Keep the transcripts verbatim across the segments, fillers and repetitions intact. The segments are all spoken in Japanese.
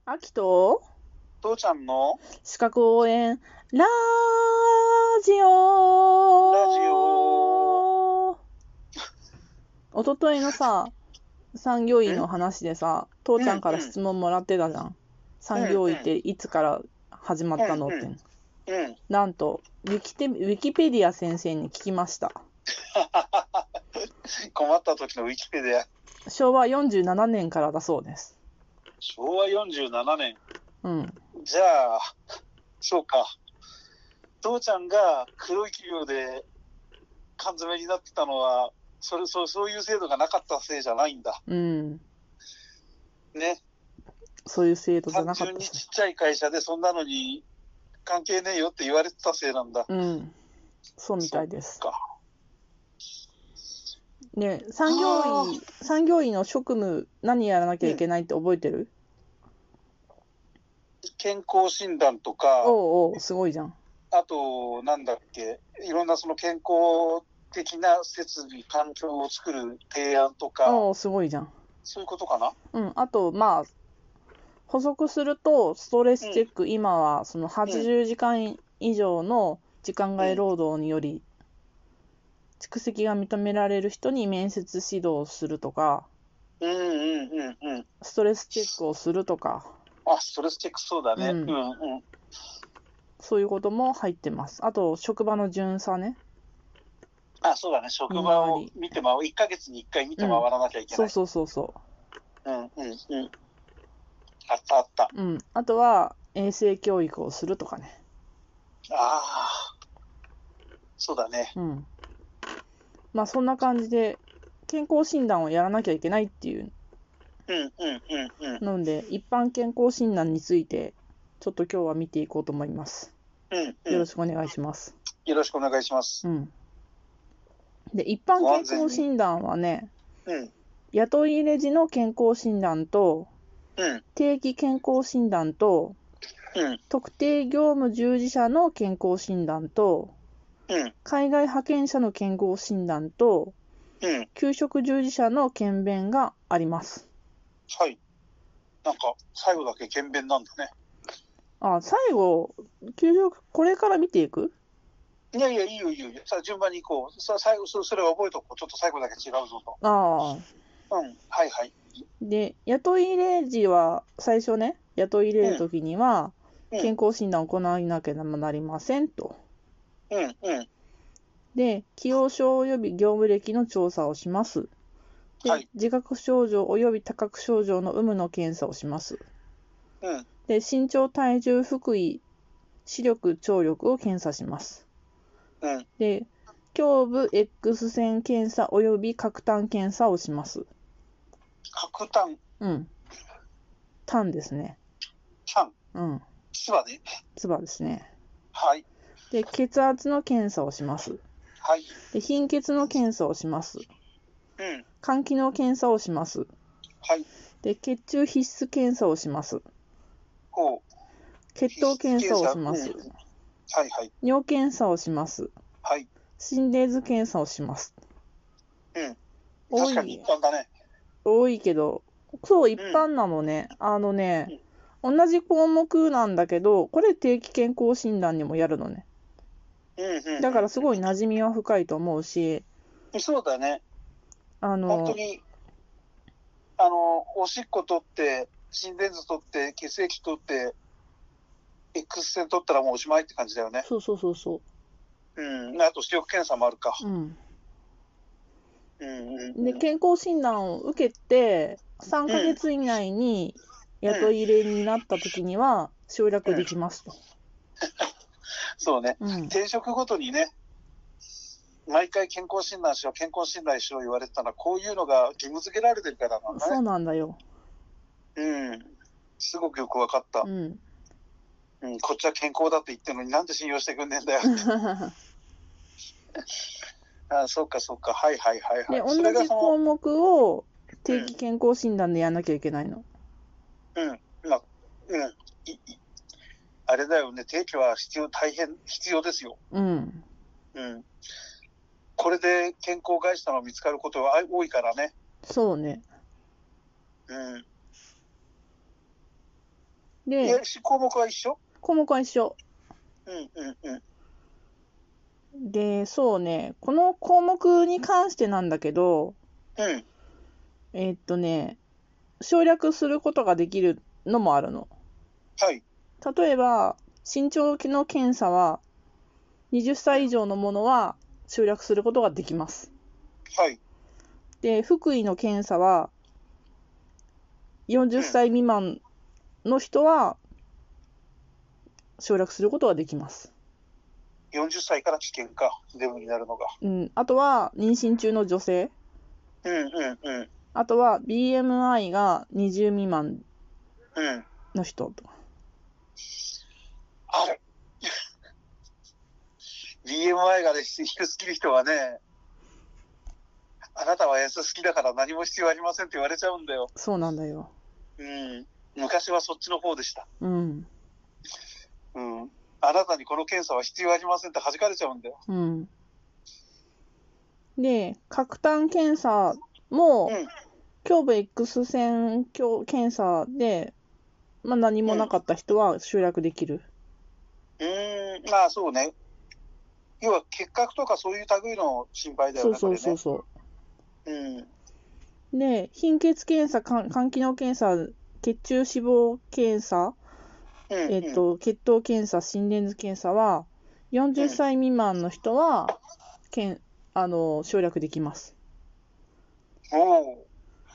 あきと父ちゃんの資格応援ラジラジオオおとといのさ、産業医んの話でさ、父ちゃんから質問もらってたじゃん。産業医っていつから始まったのって。 うんうんなんとウィキテ、ウィキペディア先生に聞きました。 困った時のウィキペディア。 しょうわよんじゅうななねんからだそうです。 しょうわよんじゅうななねん。 うんじゃあそうか、父ちゃんが黒い企業で缶詰になってたのはそれそうそういう制度がなかったせいじゃないんだうんね。 そういう制度じゃ単なかった純にちっちゃい会社でそんなのに関係ねえよって言われてたせいなんだ。 うんそうみたいです。 そっか。 ね、産業医、産業医の職務何やらなきゃいけないって覚えてる？ 健康診断とか、 おうおう、すごいじゃん。 あと、なんだっけ、いろんなその健康的な設備、環境を作る提案とか、 おう、すごいじゃん。 そういうことかな。 うん、あと、まあ、補足すると、ストレスチェック、 うん、 今はそのはちじゅうじかん以上の時間外うん、 労働により、蓄積が認められる人に面接指導をするとか、 うん、うん、うん、うん。 ストレスチェックをするとか、 あ、ストレスチェックそうだね。 うんうん、うん。 そういうことも入ってます。あと、職場の巡査ね、 あ、そうだね。職見場を回り。 見て回る。いっかげつにいっかい見てうん、 回らなきゃいけない。 そうそうそうそうん、うん、うん。あったあった。 う。うん、あとは、衛生教育をするとかね。 ああ、そうだね。 うん。まあそんな感じで健康診断をやらなきゃいけないっていううん、うん、うん、うん。 ので、一般健康診断についてちょっと今日は見ていこうと思います。 うん、 ようん。 ろしくお願いします。 よろしくお願いします。 うん。で、一般ご健安全に。 康診断はね、 うん、 雇い入れ時の健康診断と、 うん、 定期健康診断と、 うん、 特定業務従事者の健康診断と、 うん、 海外派遣者の健康診断と、 うん。 給食従事者の検便があります。 はい。なんか、最後だけ検便なんだね。 あ、最後、給食、これから見ていく？ いやいや、いいよいいよ。さあ、順番に行こう。さあ、最後、そそれは覚えとこう。ちょっと最後だけ違うぞと。 ああ。 うん。はいはい。 で、雇い入れ時は、最初ね、雇い入れるときには、 うん。 健康診断を行わなければなりませんと。 うん。うん。 で、既往症及び業務歴の調査をします。で、 はい。 自覚症状及び多覚症状の有無の検査をします。 うん。 で、身長、体重、腹囲、視力、聴力を検査します。 うん。 で、胸部 X 線検査及び角炭検査をします。 角炭。 うん。炭ですね。 炭。 うん。 つばね。 つばですね。 はい。 で、血圧の検査をします。 はい。 で、貧血の検査をします。 うん。 肝機能検査をします。 はい。 で、血中必須検査をします。 こう。 血糖検査をします。 うん。はいはい。 尿検査をします。 はい。 心電図検査をします。 うん。 多確かにい、 一般だね。 多いけど、そう、一うん。 般なのね。あのね、 うん。 同じ項目なんだけど、これ定期健康診断にもやるのね。 うん。うん。 だからすごい馴染みは深いと思うし、 うん。そうだね。 あの、 本当に、あの、おしっこ取って、心電図取って、血液取って、X 線取ったらもうおしまいって感じだよね。 そうそうそうそうん。あと視力検査もあるか。 う。うん。 うんうんで、 うん。 健康診断を受けて、さんかげつ以内に雇い入れになった時には省略できますと。 そうね。 うん。 転職ごとにね、毎回健康診断しろ、健康診断しろ言われてたのは、こういうのが義務付けられてるからなんだそうね。 なんだよ。 うん。すごくよくわかったう。ん。 うん。こっちは健康だって言ってるのになんで信用してくんねえんだよ。あ、そうかそうか。はいはいはいはで、 い。それ同じがその、 項目を定期健康診断でやんなきゃいけないの。 うん。まあ、うん。いいあれだよね。定期は必要、大変必要ですよ。 うん。 うん。これで健康を害したの見つかることは多いからね。 そうね。 うん。 いで、 や、項目は一緒？ 項目は一緒。 うんうんうん。 で、そうね、この項目に関してなんだけど、 うん。 えーっとね、省略することができるのもあるの。 はい。 例えば、身長の検査は、はたち以上のものは省略することができます。 はい。 で、腹囲の検査は、よんじゅっさい未満の人は省略することができます。 よんじゅっさいから危険か、デブになるのが。 うん、あとは、妊娠中の女性。 うんうんうん。 あとは、ビーエムアイ がにじゅう未満うん。 の人とか。 あれビーエムアイ が、ね、低すぎる人はね、あなたは S 好きだから何も必要ありませんって言われちゃうんだよ。 そうなんだよ。 うん。昔はそっちの方でした。 うん。 うん。あなたにこの検査は必要ありませんって弾かれちゃうんだよ。 うん。で、核炭検査も、 うん。 胸部 X 線検査で、まあ、何もなかった人は省略できる。 うーん、まあそうね。要は結核とかそういう類の心配だよね、 そうそうそうこれね。 そう。で、貧血検査、肝肝機能検査、血中脂肪検査、 うん。うん、 えっと、血糖検査、心電図検査は、よんじゅっさい未満の人は、けんあの省略できます。 うん。おお。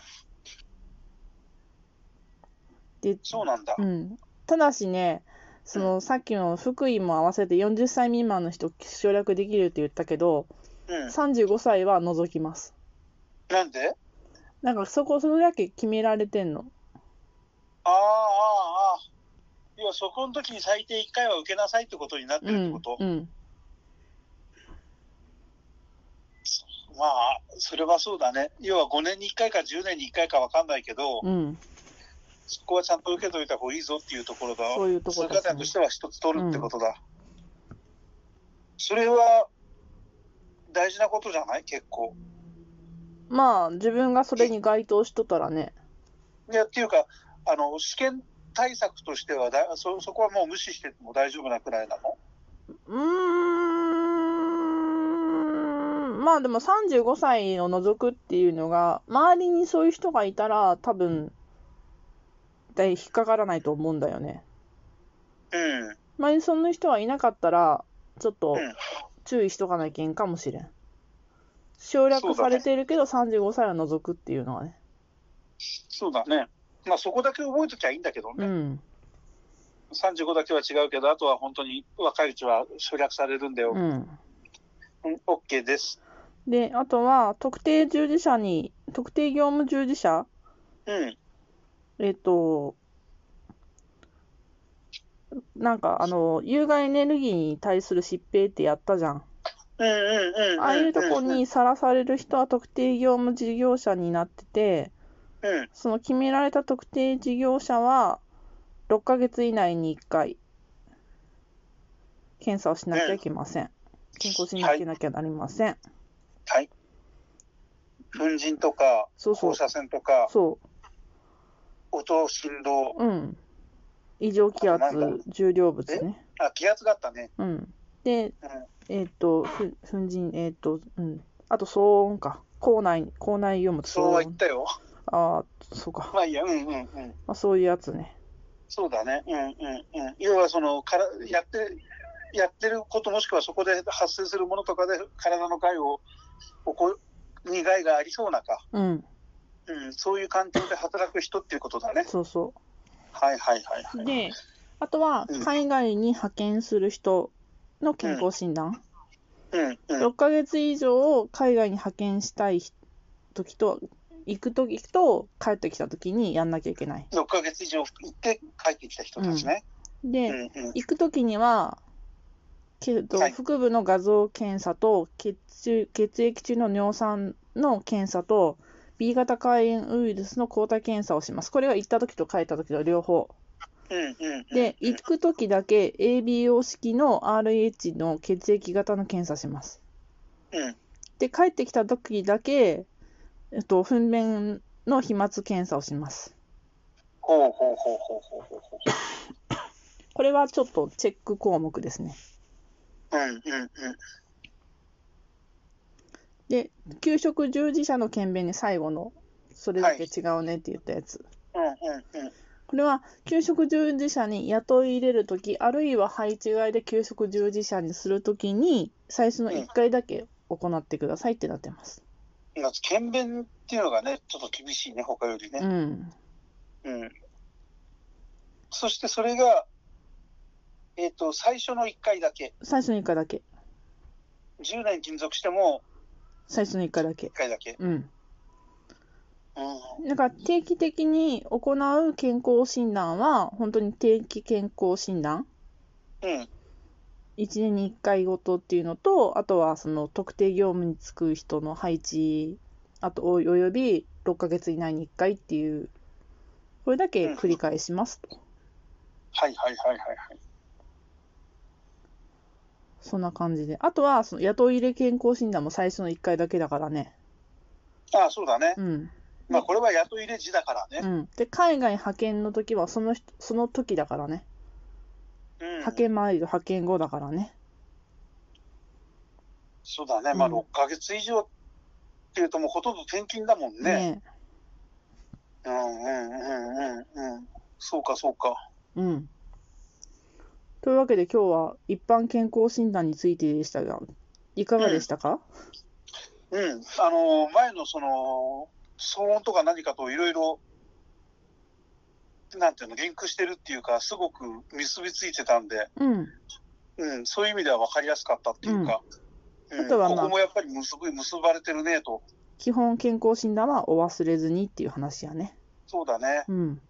で、 そうなんだ。 うん。ただしね、そのさっきの腹囲も合わせてよんじゅっさい未満の人省略できるって言ったけど、 うん。 さんじゅうごさいは除きます。 なんで？ なんかそこそれだけ決められてんの。 ああ、ああ、ああ。要はそこの時に最低いっかいは受けなさいってことになってるってこと？ うん。うん。 まあ、それはそうだね。要はごねんにいっかいかじゅうねんにいっかいかわかんないけど、 うん。 そこはちゃんと受けといた方がいいぞっていうところだ。 そういうところですね。 通過点としては一つ取るってことだ。うん、それは大事なことじゃない？結構。 まあ、自分がそれに該当しとったらね。 いや、っていうか、あの、試験対策としてはだそ、そこはもう無視しても大丈夫なくらいなの？ うーん、まあでもさんじゅうごさいを除くっていうのが、周りにそういう人がいたら、多分、引っかからないと思うんだよね。 うん。 周りにそんな人はいなかったら、ちょっとうん注意しとかなきゃいけんかもしれん。省略されてるけどさんじゅうごさいは除くっていうのはね。 そうだね。まあそこだけ覚えときゃいいんだけどね。 うん。 さんじゅうごだけは違うけど、あとは本当に若いうちは省略されるんだよ。 うん。 うん、OK です。 で、あとは、特定従事者に、特定業務従事者、 うん。 えっと、なんか、あの、有害エネルギーに対する疾病ってやったじゃん。 うんうんうんうん。 ああいうとこにさらされる人は特定業務事業者になってて、 うん。 その決められた特定事業者は、ろっかげつ以内にいっかい、検査をしなきゃいけません。うん、健康診断受けなきゃなりません。 はい。粉塵とか、 そうそう放射線とか、 そう。 音、振動。 うん。異常気圧、重量物ね。 あ、気圧だったね。 うん。で、 うん、 えっ、ー、と、ふ粉塵、えっ、ー、と、うん。あと、騒音か。校内、校内業務と騒音。 そうは言ったよ。 ああ、そうか。 まあいいや、うんうんうん。 まあ、そういうやつね。 そうだね。うんうんうん。要は、その、からやってる、やってることもしくはそこで発生するものとかで体の害を起こに害がありそうなか、 うんうん、そういう環境で働く人っていうことだね。 そうそう。 はいはいはい、はい。 で、あとは海外に派遣する人の健康診断。 うんうんうん、 ろっかげつ以上海外に派遣したい時と、行く時と帰ってきた時にやんなきゃいけない。 ろっかげつ以上行って帰ってきた人たちね。 うん、で、うんうん、行く時には、けど、はい、腹部の画像検査と 血, 血液中の尿酸の検査と ビー 型肝炎ウイルスの抗体検査をします。これは行った時と帰った時と両方。 うんうんうん、 で、行く時だけ エービーオー 式の アールエイチ の血液型の検査します。 うん、 で、帰ってきた時だけ、えっと、糞便の飛沫検査をします。 ほうほうほうほうほうほうほう。 これはちょっとチェック項目ですね。 うんうんうん。 で、給食従事者の検便に最後の、それだけ違うねって言ったやつ。 うんうんうん。 これは、給食従事者に雇い入れるとき、あるいは配置換えで給食従事者にするときに、最初のいっかいだけ行ってくださいってなってます。 まず検便っていうのがね、ちょっと厳しいね、他よりね。 うん。 うん。そしてそれが、えっと、最初のいっかいだけ。 最初のいっかいだけ。 じゅうねん勤続しても、 最初のいっかいだけ。 いっかいだけ。 うん。 うん。 だから定期的に行う健康診断は、本当に定期健康診断。 うん。 いちねんにいっかいごとっていうのと、あとはその特定業務に就く人の配置、あとおよびろっかげつ以内にいっかいっていう、これだけ繰り返しますと。 うん、はいはいはいはいはい。 そんな感じで。あとは、その雇い入れ健康診断も最初のいっかいだけだからね。 ああ、そうだね。 うん。 まあ、これは雇い入れ時だからね。 うん。で、海外派遣の時はその人、その時だからね。うん、派遣前と派遣後だからね。 そうだね。まあ、ろっかげつ以上っていうともうほとんど転勤だもんね。ね。うんうんうんうんうん。そうかそうか。 うん。というわけで今日は一般健康診断についてでしたが、いかがでしたか？ うん、うん、あの前のその騒音とか何かといろいろなんていうのリンクしてるっていうかすごく結びついてたんで、うんうん、そういう意味では分かりやすかったっていうか、うんうん、あとは、まあ、ここもやっぱり結ぶ結ばれてるねと。 基本健康診断はお忘れずにっていう話やね。 そうだね。 うん。